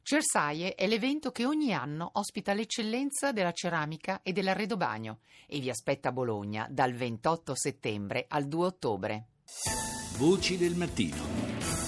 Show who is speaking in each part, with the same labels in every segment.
Speaker 1: Cersaie è l'evento che ogni anno ospita l'eccellenza della ceramica e dell'arredobagno e vi aspetta a Bologna dal 28 settembre al 2 ottobre.
Speaker 2: Voci del mattino.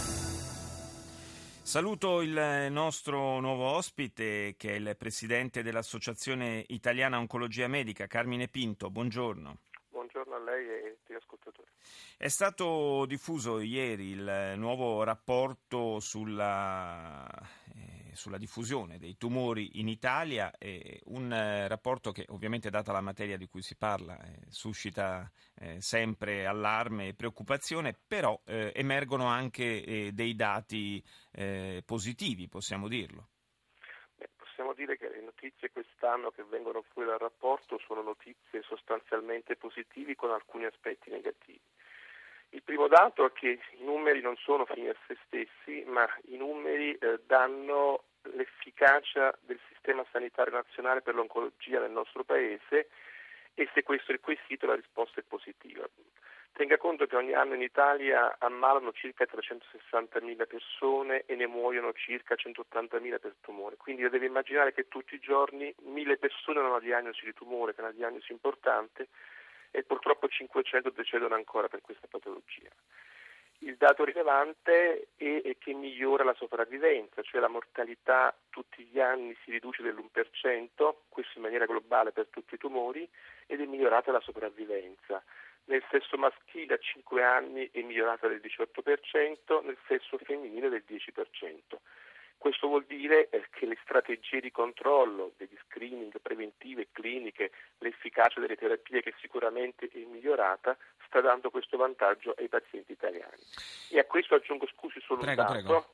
Speaker 3: Saluto il nostro nuovo ospite che è il presidente dell'Associazione Italiana Oncologia Medica, Carmine Pinto. Buongiorno.
Speaker 4: Buongiorno a lei e ai tuoi ascoltatori.
Speaker 3: È stato diffuso ieri il nuovo rapporto sulla diffusione dei tumori in Italia, un rapporto che ovviamente, data la materia di cui si parla, suscita sempre allarme e preoccupazione, però emergono anche dei dati positivi, possiamo dirlo.
Speaker 4: Possiamo dire che le notizie quest'anno che vengono fuori dal rapporto sono notizie sostanzialmente positive con alcuni aspetti negativi. Il primo dato è che i numeri non sono fini a se stessi, ma i numeri danno l'efficacia del sistema sanitario nazionale per l'oncologia nel nostro Paese, e se questo è il quesito la risposta è positiva. Tenga conto che ogni anno in Italia ammalano circa 360.000 persone e ne muoiono circa 180.000 per tumore, quindi deve immaginare che tutti i giorni 1.000 persone hanno una diagnosi di tumore, che è una diagnosi importante, e purtroppo 500 decedono ancora per questa patologia. Il dato rilevante è che migliora la sopravvivenza, cioè la mortalità tutti gli anni si riduce dell'1%, questo in maniera globale per tutti i tumori, ed è migliorata la sopravvivenza. Nel sesso maschile a 5 anni è migliorata del 18%, nel sesso femminile del 10%. Questo vuol dire che le strategie di controllo degli screening preventivi e cliniche, l'efficacia delle terapie che sicuramente è migliorata, sta dando questo vantaggio ai pazienti italiani. E a questo aggiungo, solo un dato,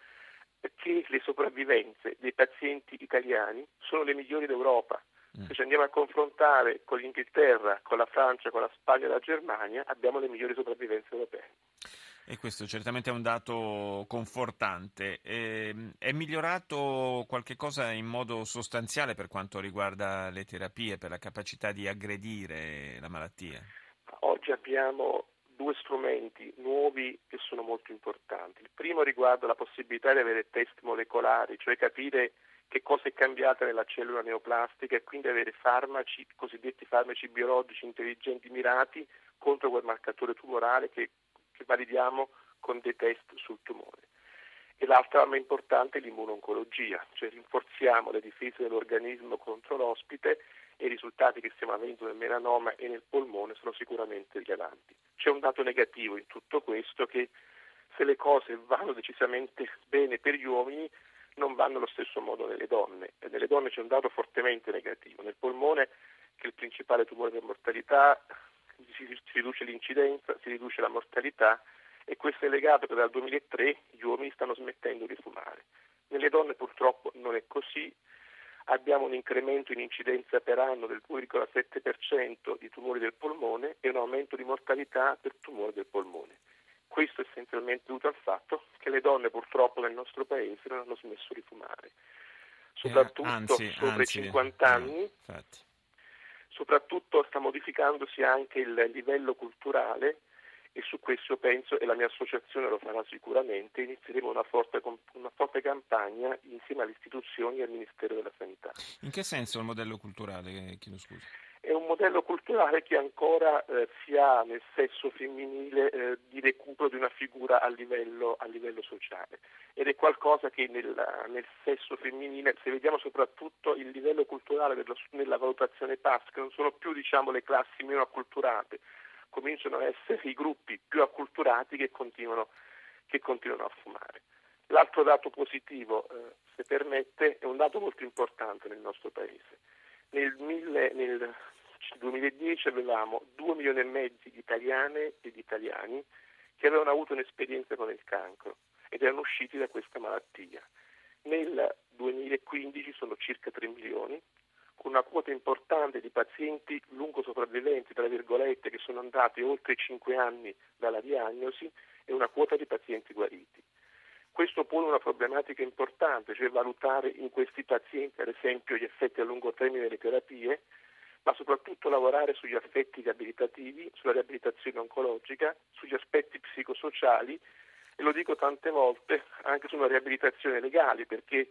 Speaker 4: che le sopravvivenze dei pazienti italiani sono le migliori d'Europa. Se ci andiamo a confrontare con l'Inghilterra, con la Francia, con la Spagna e la Germania, abbiamo le migliori sopravvivenze europee.
Speaker 3: E questo certamente è un dato confortante. È migliorato qualche cosa in modo sostanziale per quanto riguarda le terapie, per la capacità di aggredire la malattia?
Speaker 4: Oggi abbiamo due strumenti nuovi che sono molto importanti. Il primo riguarda la possibilità di avere test molecolari, cioè capire che cosa è cambiata nella cellula neoplastica e quindi avere farmaci, cosiddetti farmaci biologici intelligenti mirati contro quel marcatore tumorale che validiamo con dei test sul tumore. E l'altra arma importante è l'immuno-oncologia, cioè rinforziamo le difese dell'organismo contro l'ospite, e i risultati che stiamo avendo nel melanoma e nel polmone sono sicuramente rilevanti. C'è un dato negativo in tutto questo, che se le cose vanno decisamente bene per gli uomini, non vanno allo stesso modo nelle donne, e nelle donne c'è un dato fortemente negativo. Nel polmone, che è il principale tumore per mortalità, si riduce l'incidenza, si riduce la mortalità, e questo è legato che dal 2003 gli uomini stanno smettendo di fumare. Nelle donne purtroppo non è così, abbiamo un incremento in incidenza per anno del 2,7% di tumori del polmone e un aumento di mortalità per tumore del polmone. Questo è essenzialmente dovuto al fatto che le donne purtroppo nel nostro paese non hanno smesso di fumare, soprattutto sopra i 50 anni. Soprattutto sta modificandosi anche il livello culturale, e su questo penso, e la mia associazione lo farà sicuramente, inizieremo una forte campagna insieme alle istituzioni e al Ministero della Sanità.
Speaker 3: In che senso il modello culturale? Chiedo scusa.
Speaker 4: È un modello culturale che ancora si ha nel sesso femminile di recupero di una figura a livello sociale, ed è qualcosa che nel sesso femminile, se vediamo soprattutto il livello culturale nella valutazione PAS, che non sono più le classi meno acculturate, cominciano a essere i gruppi più acculturati che continuano a fumare. L'altro dato positivo, se permette, è un dato molto importante nel nostro Paese. Nel 2010 avevamo 2 milioni e mezzo di italiane e di italiani che avevano avuto un'esperienza con il cancro ed erano usciti da questa malattia. Nel 2015 sono circa 3 milioni, con una quota importante di pazienti lungo sopravviventi, tra virgolette, che sono andati oltre i 5 anni dalla diagnosi, e una quota di pazienti guariti. Questo pone una problematica importante, cioè valutare in questi pazienti, ad esempio, gli effetti a lungo termine delle terapie, ma soprattutto lavorare sugli aspetti riabilitativi, sulla riabilitazione oncologica, sugli aspetti psicosociali, e lo dico tante volte, anche su una riabilitazione legale, perché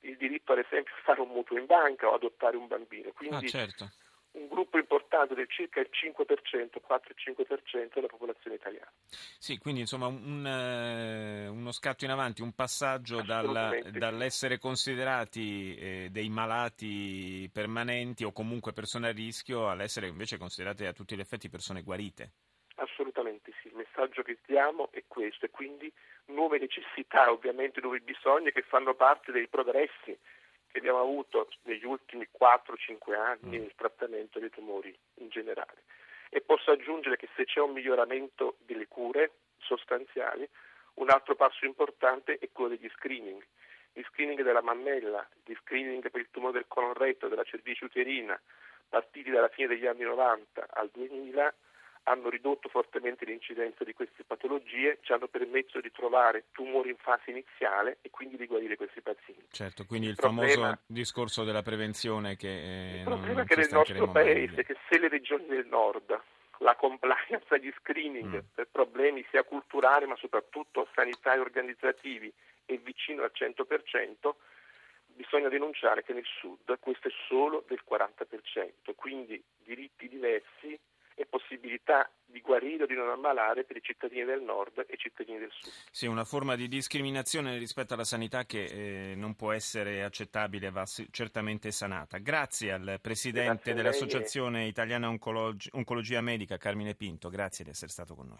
Speaker 4: il diritto ad esempio a fare un mutuo in banca o adottare un bambino. Quindi
Speaker 3: certo.
Speaker 4: un gruppo importante del circa il 5%, 4-5% della popolazione italiana.
Speaker 3: Sì, quindi insomma uno scatto in avanti, un passaggio
Speaker 4: Assolutamente
Speaker 3: dall'essere considerati dei malati permanenti o comunque persone a rischio all'essere invece considerate a tutti gli effetti persone guarite.
Speaker 4: Assolutamente sì, il messaggio che diamo è questo, e quindi nuove necessità, ovviamente nuovi bisogni che fanno parte dei progressi che abbiamo avuto negli ultimi 4-5 anni nel trattamento dei tumori in generale. E posso aggiungere che se c'è un miglioramento delle cure sostanziali, un altro passo importante è quello degli screening. Gli screening della mammella, gli screening per il tumore del colon retto, della cervice uterina, partiti dalla fine degli anni 90 al 2000, hanno ridotto fortemente l'incidenza di queste patologie, ci hanno permesso di trovare tumori in fase iniziale e quindi di guarire questi pazienti.
Speaker 3: Certo, quindi il
Speaker 4: problema,
Speaker 3: famoso discorso della prevenzione che
Speaker 4: il problema
Speaker 3: non
Speaker 4: è che
Speaker 3: ci
Speaker 4: nel nostro
Speaker 3: stancheremo mai di
Speaker 4: paese,
Speaker 3: dire.
Speaker 4: che se le regioni del nord la compliance agli screening per problemi sia culturali ma soprattutto sanitari organizzativi è vicino al 100%, bisogna denunciare che nel sud questo è solo del 40%, quindi diritti diversi e possibilità di guarire o di non ammalare per i cittadini del nord e i cittadini del sud.
Speaker 3: Sì, una forma di discriminazione rispetto alla sanità che non può essere accettabile, va certamente sanata. Grazie al presidente
Speaker 4: Grazie a lei
Speaker 3: dell'Associazione Italiana Oncologia Medica, Carmine Pinto, grazie di essere stato con noi.